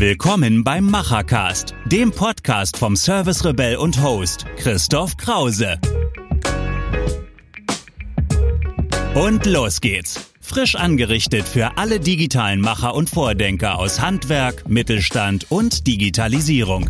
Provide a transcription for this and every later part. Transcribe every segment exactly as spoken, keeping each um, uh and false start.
Willkommen beim Machercast, dem Podcast vom Service Rebell und Host Christoph Krause. Und los geht's. Frisch angerichtet für alle digitalen Macher und Vordenker aus Handwerk, Mittelstand und Digitalisierung.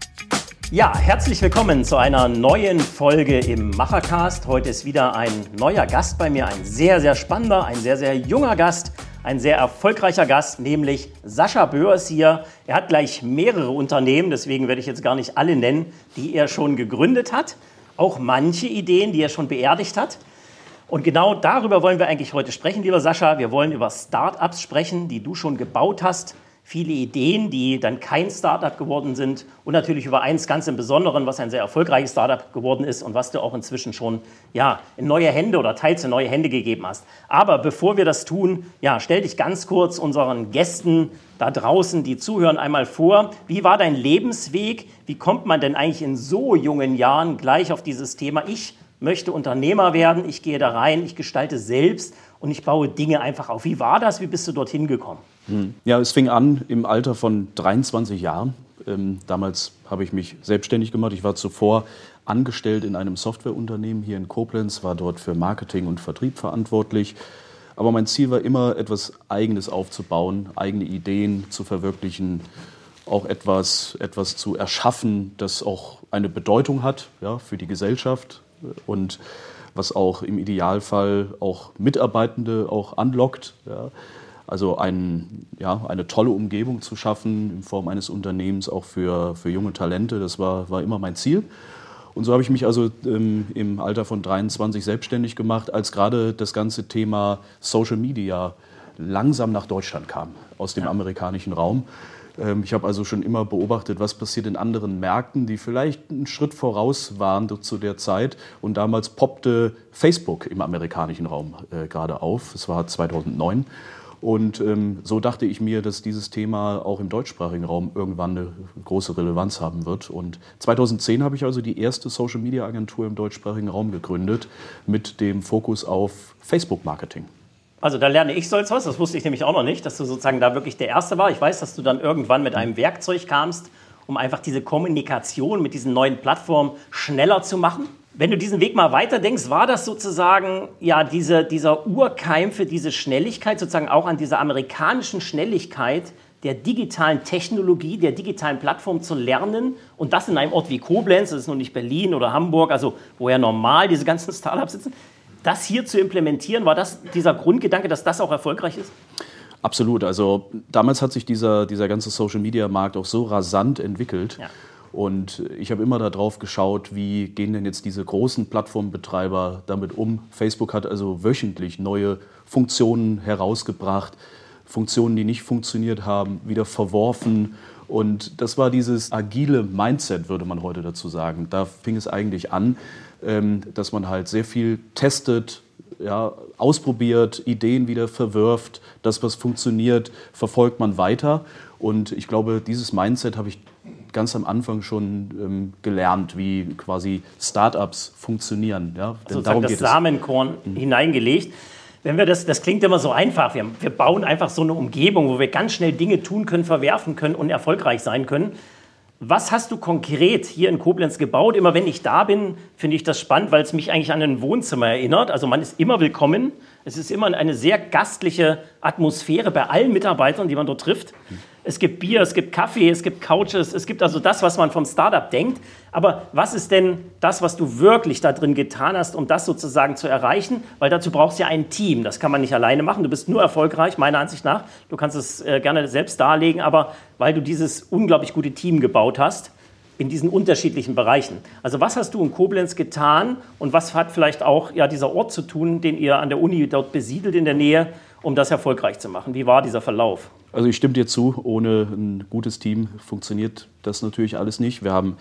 Ja, herzlich willkommen zu einer neuen Folge im Machercast. Heute ist wieder ein neuer Gast bei mir, ein sehr, sehr spannender, ein sehr, sehr junger Gast. Ein sehr erfolgreicher Gast, nämlich Sascha Böhr ist hier. Er hat gleich mehrere Unternehmen, deswegen werde ich jetzt gar nicht alle nennen, die er schon gegründet hat. Auch manche Ideen, die er schon beerdigt hat. Und genau darüber wollen wir eigentlich heute sprechen, lieber Sascha. Wir wollen über Startups sprechen, die du schon gebaut hast. Viele Ideen, die dann kein Startup geworden sind. Und natürlich über eins ganz im Besonderen, was ein sehr erfolgreiches Startup geworden ist und was du auch inzwischen schon ja, in neue Hände oder teils in neue Hände gegeben hast. Aber bevor wir das tun, ja, stell dich ganz kurz unseren Gästen da draußen, die zuhören, einmal vor. Wie war dein Lebensweg? Wie kommt man denn eigentlich in so jungen Jahren gleich auf dieses Thema? Ich möchte Unternehmer werden, ich gehe da rein, ich gestalte selbst und ich baue Dinge einfach auf. Wie war das? Wie bist du dorthin gekommen? Ja, es fing an im Alter von dreiundzwanzig Jahren. Ähm, damals habe ich mich selbstständig gemacht. Ich war zuvor angestellt in einem Softwareunternehmen hier in Koblenz, war dort für Marketing und Vertrieb verantwortlich. Aber mein Ziel war immer, etwas Eigenes aufzubauen, eigene Ideen zu verwirklichen, auch etwas, etwas zu erschaffen, das auch eine Bedeutung hat, ja, für die Gesellschaft und was auch im Idealfall auch Mitarbeitende auch anlockt. Ja. Also ein, ja, eine tolle Umgebung zu schaffen in Form eines Unternehmens auch für, für junge Talente, das war, war immer mein Ziel. Und so habe ich mich also ähm, im Alter von dreiundzwanzig selbstständig gemacht, als gerade das ganze Thema Social Media langsam nach Deutschland kam, aus dem ja. amerikanischen Raum. Ähm, ich habe also schon immer beobachtet, was passiert in anderen Märkten, die vielleicht einen Schritt voraus waren zu der Zeit. Und damals poppte Facebook im amerikanischen Raum äh, gerade auf, das war zweitausendneun. Und ähm, so dachte ich mir, dass dieses Thema auch im deutschsprachigen Raum irgendwann eine große Relevanz haben wird. Und zweitausendzehn habe ich also die erste Social-Media-Agentur im deutschsprachigen Raum gegründet mit dem Fokus auf Facebook-Marketing. Also da lerne ich stolz was, das wusste ich nämlich auch noch nicht, dass du sozusagen da wirklich der Erste war. Ich weiß, dass du dann irgendwann mit einem Werkzeug kamst, um einfach diese Kommunikation mit diesen neuen Plattformen schneller zu machen. Wenn du diesen Weg mal weiterdenkst, war das sozusagen ja diese, dieser Urkeim für diese Schnelligkeit, sozusagen auch an dieser amerikanischen Schnelligkeit der digitalen Technologie, der digitalen Plattform zu lernen und das in einem Ort wie Koblenz, das ist noch nicht Berlin oder Hamburg, also wo ja normal diese ganzen Startups sitzen, das hier zu implementieren, war das dieser Grundgedanke, dass das auch erfolgreich ist? Absolut, also damals hat sich dieser, dieser ganze Social-Media-Markt auch so rasant entwickelt. Ja. Und ich habe immer darauf geschaut, wie gehen denn jetzt diese großen Plattformbetreiber damit um. Facebook hat also wöchentlich neue Funktionen herausgebracht, Funktionen, die nicht funktioniert haben, wieder verworfen. Und das war dieses agile Mindset, würde man heute dazu sagen. Da fing es eigentlich an, dass man halt sehr viel testet, ja, ausprobiert, Ideen wieder verwirft. Das, was funktioniert, verfolgt man weiter. Und ich glaube, dieses Mindset habe ich ganz am Anfang schon ähm, gelernt, wie quasi Startups funktionieren. Ja? Denn sozusagen das Samenkorn mhm. hineingelegt. Wenn wir das, das klingt immer so einfach. Wir, wir bauen einfach so eine Umgebung, wo wir ganz schnell Dinge tun können, verwerfen können und erfolgreich sein können. Was hast du konkret hier in Koblenz gebaut? Immer wenn ich da bin, finde ich das spannend, weil es mich eigentlich an ein Wohnzimmer erinnert. Also man ist immer willkommen. Es ist immer eine sehr gastliche Atmosphäre bei allen Mitarbeitern, die man dort trifft. Es gibt Bier, es gibt Kaffee, es gibt Couches, es gibt also das, was man vom Startup denkt. Aber was ist denn das, was du wirklich da drin getan hast, um das sozusagen zu erreichen? Weil dazu brauchst du ja ein Team. Das kann man nicht alleine machen. Du bist nur erfolgreich, meiner Ansicht nach. Du kannst es äh, gerne selbst darlegen, aber weil du dieses unglaublich gute Team gebaut hast in diesen unterschiedlichen Bereichen. Also was hast du in Koblenz getan und was hat vielleicht auch ja, dieser Ort zu tun, den ihr an der Uni dort besiedelt in der Nähe, um das erfolgreich zu machen? Wie war dieser Verlauf? Also ich stimme dir zu, ohne ein gutes Team funktioniert das natürlich alles nicht. Wir haben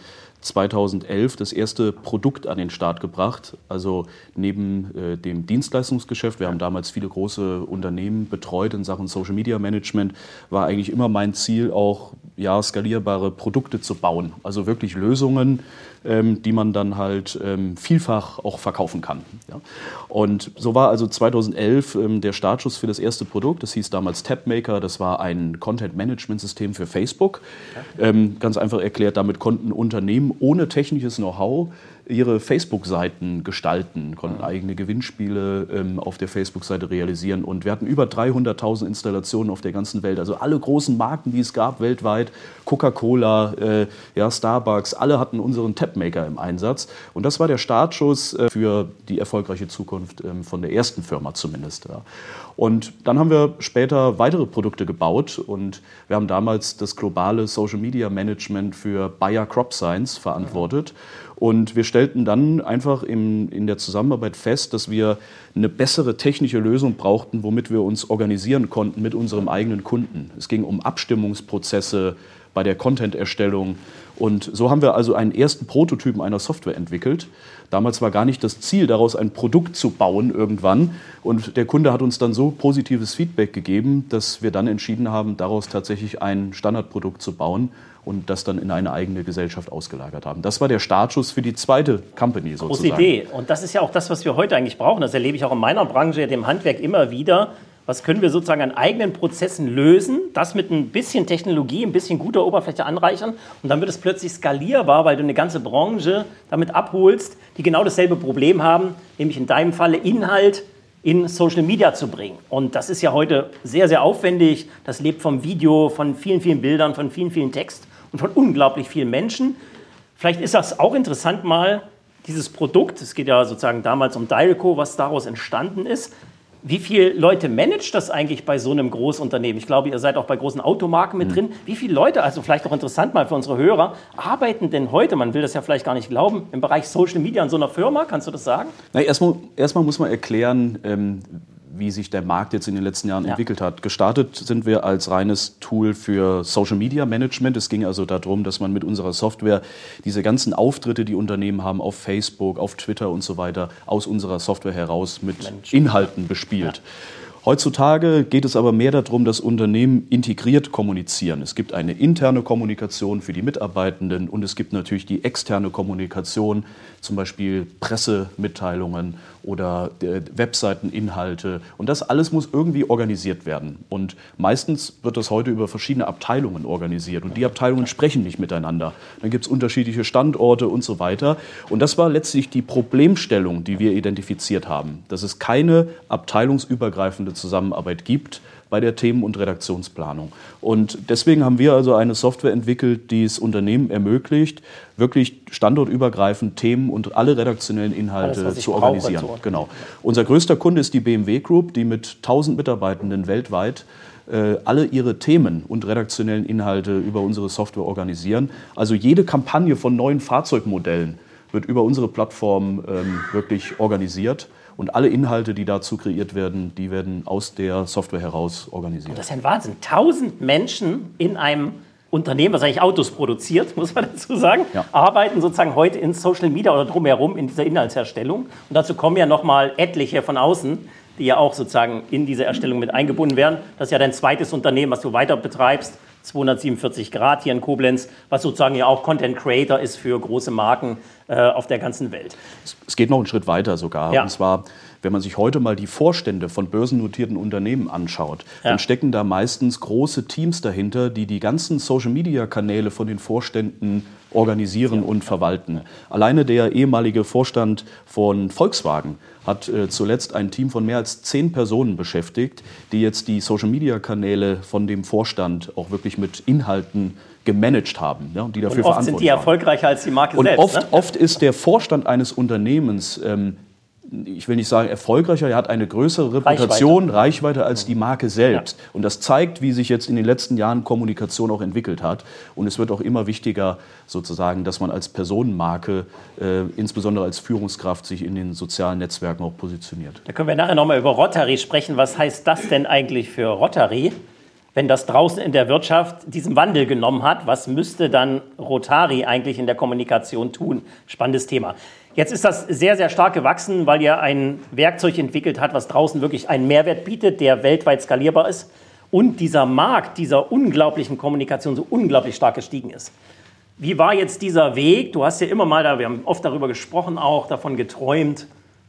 zweitausendelf das erste Produkt an den Start gebracht. Also neben äh, dem Dienstleistungsgeschäft, wir haben damals viele große Unternehmen betreut in Sachen Social Media Management, war eigentlich immer mein Ziel auch, ja, skalierbare Produkte zu bauen. Also wirklich Lösungen, ähm, die man dann halt ähm, vielfach auch verkaufen kann. Ja. Und so war also zweitausendelf ähm, der Startschuss für das erste Produkt. Das hieß damals Tapmaker. Das war ein Content-Management-System für Facebook. Ähm, ganz einfach erklärt, damit konnten Unternehmen ohne technisches Know-how ihre Facebook-Seiten gestalten, konnten eigene Gewinnspiele ähm, auf der Facebook-Seite realisieren. Und wir hatten über dreihunderttausend Installationen auf der ganzen Welt. Also alle großen Marken, die es gab weltweit, Coca-Cola, äh, ja, Starbucks, alle hatten unseren Tapmaker im Einsatz. Und das war der Startschuss äh, für die erfolgreiche Zukunft ähm, von der ersten Firma zumindest. Ja. Und dann haben wir später weitere Produkte gebaut und wir haben damals das globale Social Media Management für Bayer Crop Science verantwortet. Und wir stellten dann einfach in, in der Zusammenarbeit fest, dass wir eine bessere technische Lösung brauchten, womit wir uns organisieren konnten mit unserem eigenen Kunden. Es ging um Abstimmungsprozesse bei der Content-Erstellung. Und so haben wir also einen ersten Prototypen einer Software entwickelt. Damals war gar nicht das Ziel, daraus ein Produkt zu bauen irgendwann. Und der Kunde hat uns dann so positives Feedback gegeben, dass wir dann entschieden haben, daraus tatsächlich ein Standardprodukt zu bauen und das dann in eine eigene Gesellschaft ausgelagert haben. Das war der Startschuss für die zweite Company sozusagen. Große Idee. Und das ist ja auch das, was wir heute eigentlich brauchen. Das erlebe ich auch in meiner Branche, dem Handwerk immer wieder. Was können wir sozusagen an eigenen Prozessen lösen, das mit ein bisschen Technologie, ein bisschen guter Oberfläche anreichern und dann wird es plötzlich skalierbar, weil du eine ganze Branche damit abholst, die genau dasselbe Problem haben, nämlich in deinem Falle Inhalt in Social Media zu bringen. Und das ist ja heute sehr, sehr aufwendig. Das lebt vom Video, von vielen, vielen Bildern, von vielen, vielen Text und von unglaublich vielen Menschen. Vielleicht ist das auch interessant mal, dieses Produkt, es geht ja sozusagen damals um Dialco, was daraus entstanden ist. Wie viele Leute managt das eigentlich bei so einem Großunternehmen? Ich glaube, ihr seid auch bei großen Automarken mit drin. Wie viele Leute, also vielleicht auch interessant mal für unsere Hörer, arbeiten denn heute, man will das ja vielleicht gar nicht glauben, im Bereich Social Media in so einer Firma? Kannst du das sagen? Na, erstmal, erstmal muss man erklären, ähm, wie sich der Markt jetzt in den letzten Jahren ja. entwickelt hat. Gestartet sind wir als reines Tool für Social Media Management. Es ging also darum, dass man mit unserer Software diese ganzen Auftritte, die Unternehmen haben, auf Facebook, auf Twitter und so weiter, aus unserer Software heraus mit Mensch. Inhalten bespielt. Ja. Heutzutage geht es aber mehr darum, dass Unternehmen integriert kommunizieren. Es gibt eine interne Kommunikation für die Mitarbeitenden und es gibt natürlich die externe Kommunikation, zum Beispiel Pressemitteilungen oder Webseiteninhalte. Und das alles muss irgendwie organisiert werden. Und meistens wird das heute über verschiedene Abteilungen organisiert. Und die Abteilungen sprechen nicht miteinander. Dann gibt es unterschiedliche Standorte und so weiter. Und das war letztlich die Problemstellung, die wir identifiziert haben. Dass es keine abteilungsübergreifende Zusammenarbeit gibt bei der Themen- und Redaktionsplanung. Und deswegen haben wir also eine Software entwickelt, die es Unternehmen ermöglicht, wirklich standortübergreifend Themen und alle redaktionellen Inhalte Alles, zu organisieren. Genau. Unser größter Kunde ist die B M W Group, die mit tausend Mitarbeitenden weltweit äh, alle ihre Themen und redaktionellen Inhalte über unsere Software organisieren. Also jede Kampagne von neuen Fahrzeugmodellen wird über unsere Plattform ähm, wirklich organisiert. Und alle Inhalte, die dazu kreiert werden, die werden aus der Software heraus organisiert. Und das ist ein Wahnsinn. Tausend Menschen in einem Unternehmen, was eigentlich Autos produziert, muss man dazu sagen, ja. arbeiten sozusagen heute in Social Media oder drumherum in dieser Inhaltsherstellung. Und dazu kommen ja nochmal etliche von außen, die ja auch sozusagen in diese Erstellung mit eingebunden werden. Das ist ja dein zweites Unternehmen, was du weiter betreibst, zweihundertsiebenundvierzig Grad hier in Koblenz, was sozusagen ja auch Content Creator ist für große Marken äh, auf der ganzen Welt. Es geht noch einen Schritt weiter sogar. Ja. Und zwar, wenn man sich heute mal die Vorstände von börsennotierten Unternehmen anschaut, ja. dann stecken da meistens große Teams dahinter, die die ganzen Social-Media-Kanäle von den Vorständen organisieren ja. und verwalten. Alleine der ehemalige Vorstand von Volkswagen hat äh, zuletzt ein Team von mehr als zehn Personen beschäftigt, die jetzt die Social-Media-Kanäle von dem Vorstand auch wirklich mit Inhalten gemanagt haben, ja, und die dafür und oft sind die erfolgreicher als die Marke und selbst. Oft, ne? oft ist der Vorstand eines Unternehmens, ähm, ich will nicht sagen erfolgreicher, er hat eine größere Reputation, Reichweite, Reichweite als die Marke selbst. Ja. Und das zeigt, wie sich jetzt in den letzten Jahren Kommunikation auch entwickelt hat. Und es wird auch immer wichtiger, sozusagen, dass man als Personenmarke, äh, insbesondere als Führungskraft, sich in den sozialen Netzwerken auch positioniert. Da können wir nachher nochmal über Rotary sprechen. Was heißt das denn eigentlich für Rotary? wenn das draußen in der Wirtschaft diesen Wandel genommen hat, was müsste dann Rotary eigentlich in der Kommunikation tun? Spannendes Thema. Jetzt ist das sehr, sehr stark gewachsen, weil ihr ein Werkzeug entwickelt habt, was draußen wirklich einen Mehrwert bietet, der weltweit skalierbar ist und dieser Markt dieser unglaublichen Kommunikation so unglaublich stark gestiegen ist. Wie war jetzt dieser Weg? Du hast ja immer mal, da, wir haben oft darüber gesprochen, auch davon geträumt,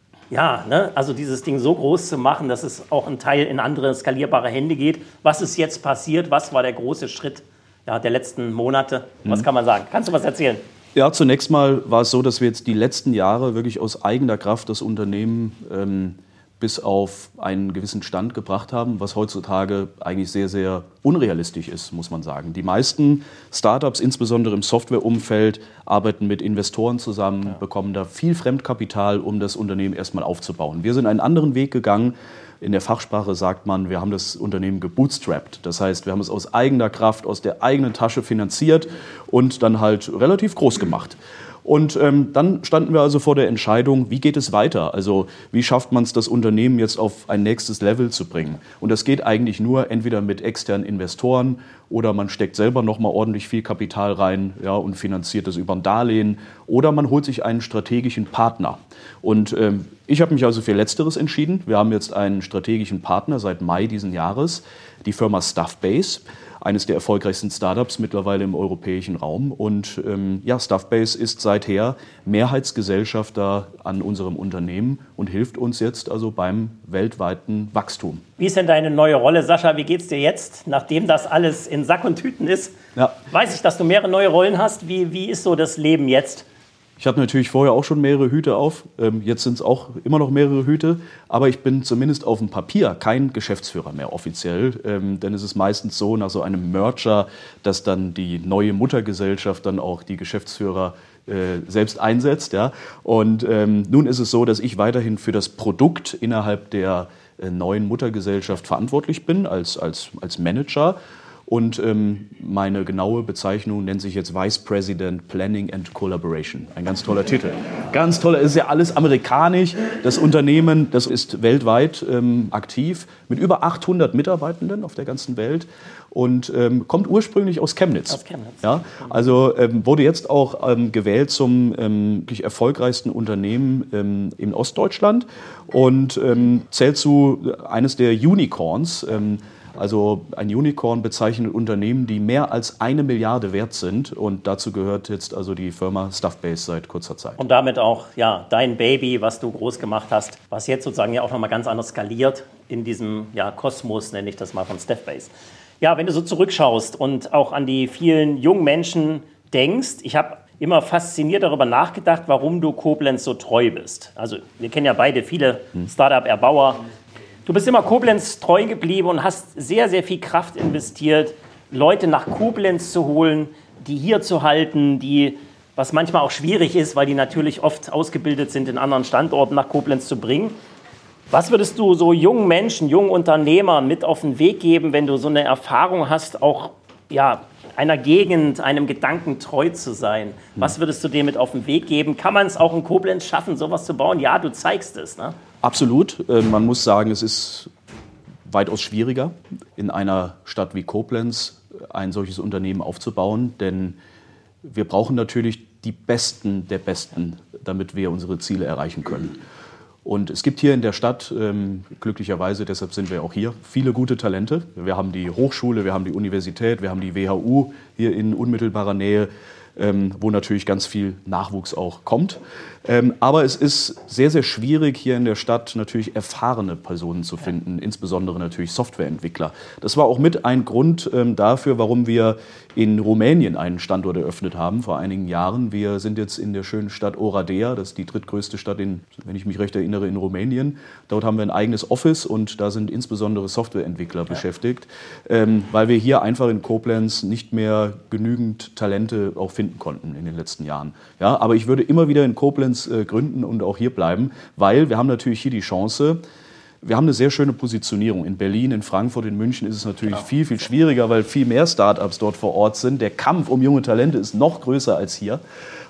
ja, ne? Also dieses Ding so groß zu machen, dass es auch ein Teil in andere skalierbare Hände geht. Was ist jetzt passiert? Was war der große Schritt ja, der letzten Monate? Was kann man sagen? Kannst du was erzählen? Ja, zunächst mal war es so, dass wir jetzt die letzten Jahre wirklich aus eigener Kraft das Unternehmen ähm, bis auf einen gewissen Stand gebracht haben, was heutzutage eigentlich sehr, sehr unrealistisch ist, muss man sagen. Die meisten Startups, insbesondere im Softwareumfeld, arbeiten mit Investoren zusammen, ja. bekommen da viel Fremdkapital, um das Unternehmen erstmal aufzubauen. Wir sind einen anderen Weg gegangen. In der Fachsprache sagt man, wir haben das Unternehmen gebootstrapped. Das heißt, wir haben es aus eigener Kraft, aus der eigenen Tasche finanziert und dann halt relativ groß gemacht. Und ähm, dann standen wir also vor der Entscheidung, wie geht es weiter? Also wie schafft man es, das Unternehmen jetzt auf ein nächstes Level zu bringen? Und das geht eigentlich nur entweder mit externen Investoren oder man steckt selber noch mal ordentlich viel Kapital rein, ja, und finanziert das über ein Darlehen oder man holt sich einen strategischen Partner. Und ähm, ich habe mich also für Letzteres entschieden. Wir haben jetzt einen strategischen Partner seit Mai diesen Jahres, die Firma Stuffbase. Eines der erfolgreichsten Startups mittlerweile im europäischen Raum. Und ähm, ja, Stuffbase ist seither Mehrheitsgesellschafter an unserem Unternehmen und hilft uns jetzt also beim weltweiten Wachstum. Wie ist denn deine neue Rolle, Sascha? Wie geht's dir jetzt, nachdem das alles in Sack und Tüten ist? Ja. Weiß ich, dass du mehrere neue Rollen hast. Wie, wie ist so das Leben jetzt? Ich hatte natürlich vorher auch schon mehrere Hüte auf. Jetzt sind es auch immer noch mehrere Hüte. Aber ich bin zumindest auf dem Papier kein Geschäftsführer mehr offiziell. Denn es ist meistens so, nach so einem Merger, dass dann die neue Muttergesellschaft dann auch die Geschäftsführer äh, selbst einsetzt. Ja? Und ähm, nun ist es so, dass ich weiterhin für das Produkt innerhalb der äh, neuen Muttergesellschaft verantwortlich bin als, als, als Manager. Und ähm, meine genaue Bezeichnung nennt sich jetzt Vice President Planning and Collaboration. Ein ganz toller Titel. Ganz toller, es ist ja alles amerikanisch. Das Unternehmen, das ist weltweit ähm, aktiv mit über achthundert Mitarbeitenden auf der ganzen Welt und ähm, kommt ursprünglich aus Chemnitz. Aus Chemnitz. Ja, also ähm, wurde jetzt auch ähm, gewählt zum ähm, wirklich erfolgreichsten Unternehmen ähm, in Ostdeutschland und ähm, zählt zu eines der Unicorns. Ähm, Also ein Unicorn bezeichnet Unternehmen, die mehr als eine Milliarde wert sind. Und dazu gehört jetzt also die Firma Stuffbase seit kurzer Zeit. Und damit auch ja, dein Baby, was du groß gemacht hast, was jetzt sozusagen ja auch nochmal ganz anders skaliert in diesem ja, Kosmos, nenne ich das mal, von Stuffbase. Ja, wenn du so zurückschaust und auch an die vielen jungen Menschen denkst, ich habe immer fasziniert darüber nachgedacht, warum du Koblenz so treu bist. Also wir kennen ja beide viele Startup-Erbauer. Du bist immer Koblenz treu geblieben und hast sehr, sehr viel Kraft investiert, Leute nach Koblenz zu holen, die hier zu halten, die, was manchmal auch schwierig ist, weil die natürlich oft ausgebildet sind, in anderen Standorten nach Koblenz zu bringen. Was würdest du so jungen Menschen, jungen Unternehmern mit auf den Weg geben, wenn du so eine Erfahrung hast, auch ja, einer Gegend, einem Gedanken treu zu sein? Was würdest du dem mit auf den Weg geben? Kann man es auch in Koblenz schaffen, sowas zu bauen? Ja, du zeigst es, ne? Absolut. Man muss sagen, es ist weitaus schwieriger, in einer Stadt wie Koblenz ein solches Unternehmen aufzubauen, denn wir brauchen natürlich die Besten der Besten, damit wir unsere Ziele erreichen können. Und es gibt hier in der Stadt, ähm, glücklicherweise, deshalb sind wir auch hier, viele gute Talente. Wir haben die Hochschule, wir haben die Universität, wir haben die W H U hier in unmittelbarer Nähe, ähm, wo natürlich ganz viel Nachwuchs auch kommt. Ähm, aber es ist sehr, sehr schwierig, hier in der Stadt natürlich erfahrene Personen zu finden, insbesondere natürlich Softwareentwickler. Das war auch mit ein Grund ähm, dafür, warum wir in Rumänien einen Standort eröffnet haben vor einigen Jahren. Wir sind jetzt in der schönen Stadt Oradea, das ist die drittgrößte Stadt, in, wenn ich mich recht erinnere, in Rumänien. Dort haben wir ein eigenes Office und da sind insbesondere Softwareentwickler ja. beschäftigt, ähm, weil wir hier einfach in Koblenz nicht mehr genügend Talente auch finden konnten in den letzten Jahren. Ja, aber ich würde immer wieder in Koblenz gründen und auch hier bleiben, weil wir haben natürlich hier die Chance, wir haben eine sehr schöne Positionierung. In Berlin, in Frankfurt, in München ist es natürlich genau. viel, viel schwieriger, weil viel mehr Startups dort vor Ort sind. Der Kampf um junge Talente ist noch größer als hier.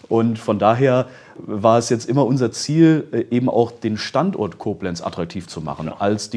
Und von daher war es jetzt immer unser Ziel, eben auch den Standort Koblenz attraktiv zu machen als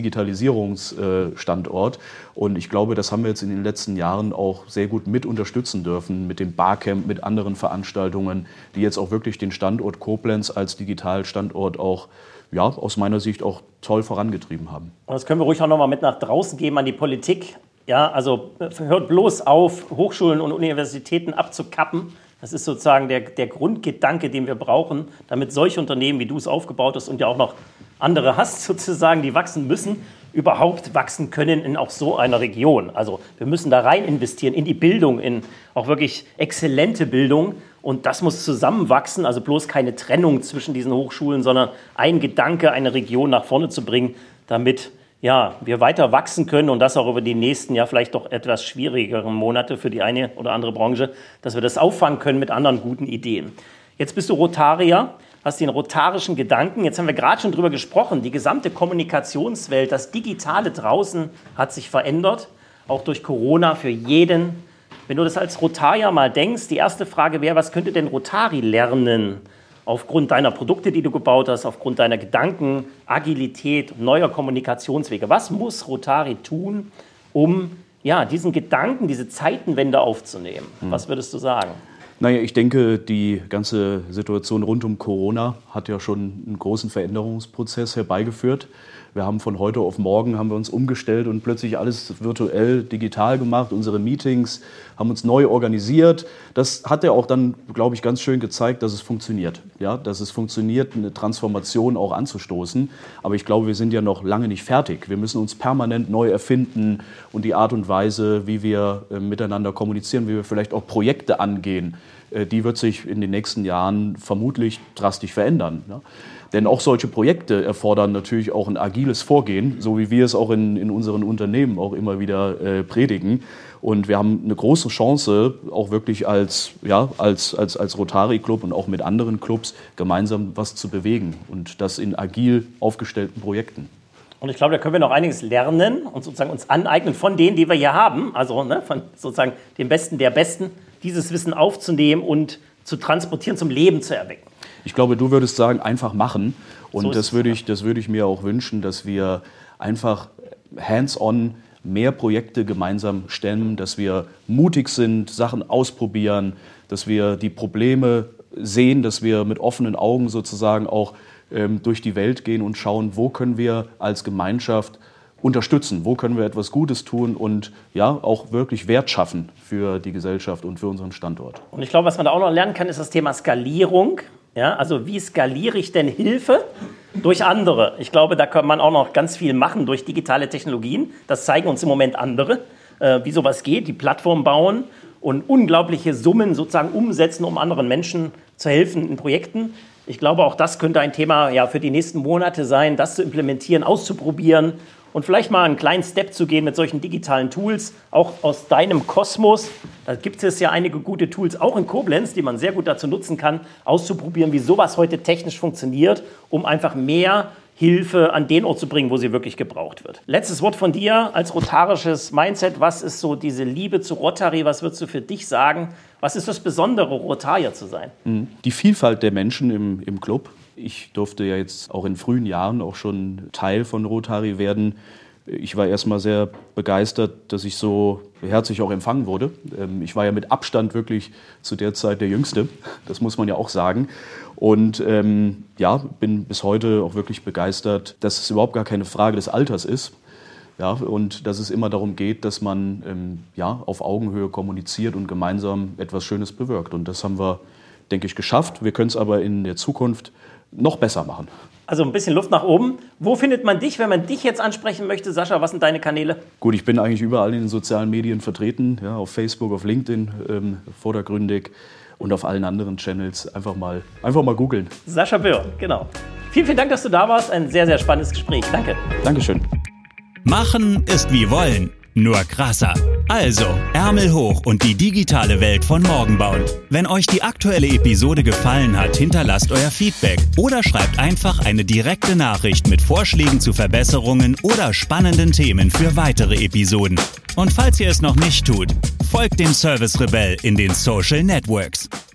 Digitalisierungsstandort. Und ich glaube, das haben wir jetzt in den letzten Jahren auch sehr gut mit unterstützen dürfen, mit dem Barcamp, mit anderen Veranstaltungen, die jetzt auch wirklich den Standort Koblenz als Digitalstandort auch, ja, aus meiner Sicht auch toll vorangetrieben haben. Und das können wir ruhig auch noch mal mit nach draußen geben an die Politik. Ja, also hört bloß auf, Hochschulen und Universitäten abzukappen. Das ist sozusagen der, der Grundgedanke, den wir brauchen, damit solche Unternehmen, wie du es aufgebaut hast und ja auch noch andere hast, sozusagen, die wachsen müssen, überhaupt wachsen können in auch so einer Region. Also wir müssen da rein investieren in die Bildung, in auch wirklich exzellente Bildung. Und das muss zusammenwachsen, also bloß keine Trennung zwischen diesen Hochschulen, sondern ein Gedanke, eine Region nach vorne zu bringen, damit ja, wir weiter wachsen können und das auch über die nächsten, ja vielleicht doch etwas schwierigeren Monate für die eine oder andere Branche, dass wir das auffangen können mit anderen guten Ideen. Jetzt bist du Rotarier, hast den rotarischen Gedanken. Jetzt haben wir gerade schon drüber gesprochen, die gesamte Kommunikationswelt, das Digitale draußen hat sich verändert, auch durch Corona für jeden. Wenn du das als Rotarier mal denkst, die erste Frage wäre, was könnte denn Rotari lernen? Aufgrund deiner Produkte, die du gebaut hast, aufgrund deiner Gedanken, Agilität, neuer Kommunikationswege. Was muss Rotari tun, um ja, diesen Gedanken, diese Zeitenwende aufzunehmen? Hm. Was würdest du sagen? Naja, ich denke, die ganze Situation rund um Corona hat ja schon einen großen Veränderungsprozess herbeigeführt. Wir haben von heute auf morgen haben wir uns umgestellt und plötzlich alles virtuell, digital gemacht, unsere Meetings, haben uns neu organisiert. Das hat ja auch dann, glaube ich, ganz schön gezeigt, dass es funktioniert. Ja, dass es funktioniert, eine Transformation auch anzustoßen. Aber ich glaube, wir sind ja noch lange nicht fertig. Wir müssen uns permanent neu erfinden und die Art und Weise, wie wir äh, miteinander kommunizieren, wie wir vielleicht auch Projekte angehen, äh, die wird sich in den nächsten Jahren vermutlich drastisch verändern. Ja? Denn auch solche Projekte erfordern natürlich auch ein agiles Vorgehen, so wie wir es auch in, in unseren Unternehmen auch immer wieder äh, predigen. Und wir haben eine große Chance, auch wirklich als, ja, als, als, als Rotary-Club und auch mit anderen Clubs gemeinsam was zu bewegen. Und das in agil aufgestellten Projekten. Und ich glaube, da können wir noch einiges lernen und sozusagen uns aneignen von denen, die wir hier haben. Also ne, von sozusagen dem Besten der Besten, dieses Wissen aufzunehmen und zu transportieren, zum Leben zu erwecken. Ich glaube, du würdest sagen, einfach machen. Und So das würde ich, das würde ich mir auch wünschen, dass wir einfach hands-on mehr Projekte gemeinsam stemmen, dass wir mutig sind, Sachen ausprobieren, dass wir die Probleme sehen, dass wir mit offenen Augen sozusagen auch ähm, durch die Welt gehen und schauen, wo können wir als Gemeinschaft unterstützen, wo können wir etwas Gutes tun und ja, auch wirklich Wert schaffen für die Gesellschaft und für unseren Standort. Und ich glaube, was man da auch noch lernen kann, ist das Thema Skalierung. Ja, also wie skaliere ich denn Hilfe durch andere? Ich glaube, da kann man auch noch ganz viel machen durch digitale Technologien. Das zeigen uns im Moment andere, äh, wie sowas geht, die Plattform bauen und unglaubliche Summen sozusagen umsetzen, um anderen Menschen zu helfen in Projekten. Ich glaube, auch das könnte ein Thema ja, für die nächsten Monate sein, das zu implementieren, auszuprobieren und vielleicht mal einen kleinen Step zu gehen mit solchen digitalen Tools, auch aus deinem Kosmos. Da gibt es ja einige gute Tools, auch in Koblenz, die man sehr gut dazu nutzen kann, auszuprobieren, wie sowas heute technisch funktioniert, um einfach mehr Hilfe an den Ort zu bringen, wo sie wirklich gebraucht wird. Letztes Wort von dir als rotarisches Mindset. Was ist so diese Liebe zu Rotary? Was würdest du für dich sagen? Was ist das Besondere, Rotarier zu sein? Die Vielfalt der Menschen im, im Club. Ich durfte ja jetzt auch in frühen Jahren auch schon Teil von Rotary werden. Ich war erstmal sehr begeistert, dass ich so herzlich auch empfangen wurde. Ich war ja mit Abstand wirklich zu der Zeit der Jüngste, das muss man ja auch sagen. Und ähm, ja, bin bis heute auch wirklich begeistert, dass es überhaupt gar keine Frage des Alters ist. Ja, und dass es immer darum geht, dass man ähm, ja, auf Augenhöhe kommuniziert und gemeinsam etwas Schönes bewirkt. Und das haben wir, denke ich, geschafft. Wir können es aber in der Zukunft noch besser machen. Also ein bisschen Luft nach oben. Wo findet man dich, wenn man dich jetzt ansprechen möchte? Sascha, was sind deine Kanäle? Gut, ich bin eigentlich überall in den sozialen Medien vertreten. Ja, auf Facebook, auf LinkedIn ähm, vordergründig und auf allen anderen Channels. Einfach mal, einfach mal googeln. Sascha Böhr, genau. Vielen, vielen Dank, dass du da warst. Ein sehr, sehr spannendes Gespräch. Danke. Dankeschön. Machen ist wie wollen, nur krasser. Also, Ärmel hoch und die digitale Welt von morgen bauen. Wenn euch die aktuelle Episode gefallen hat, hinterlasst euer Feedback oder schreibt einfach eine direkte Nachricht mit Vorschlägen zu Verbesserungen oder spannenden Themen für weitere Episoden. Und falls ihr es noch nicht tut, folgt dem Service Rebell in den Social Networks.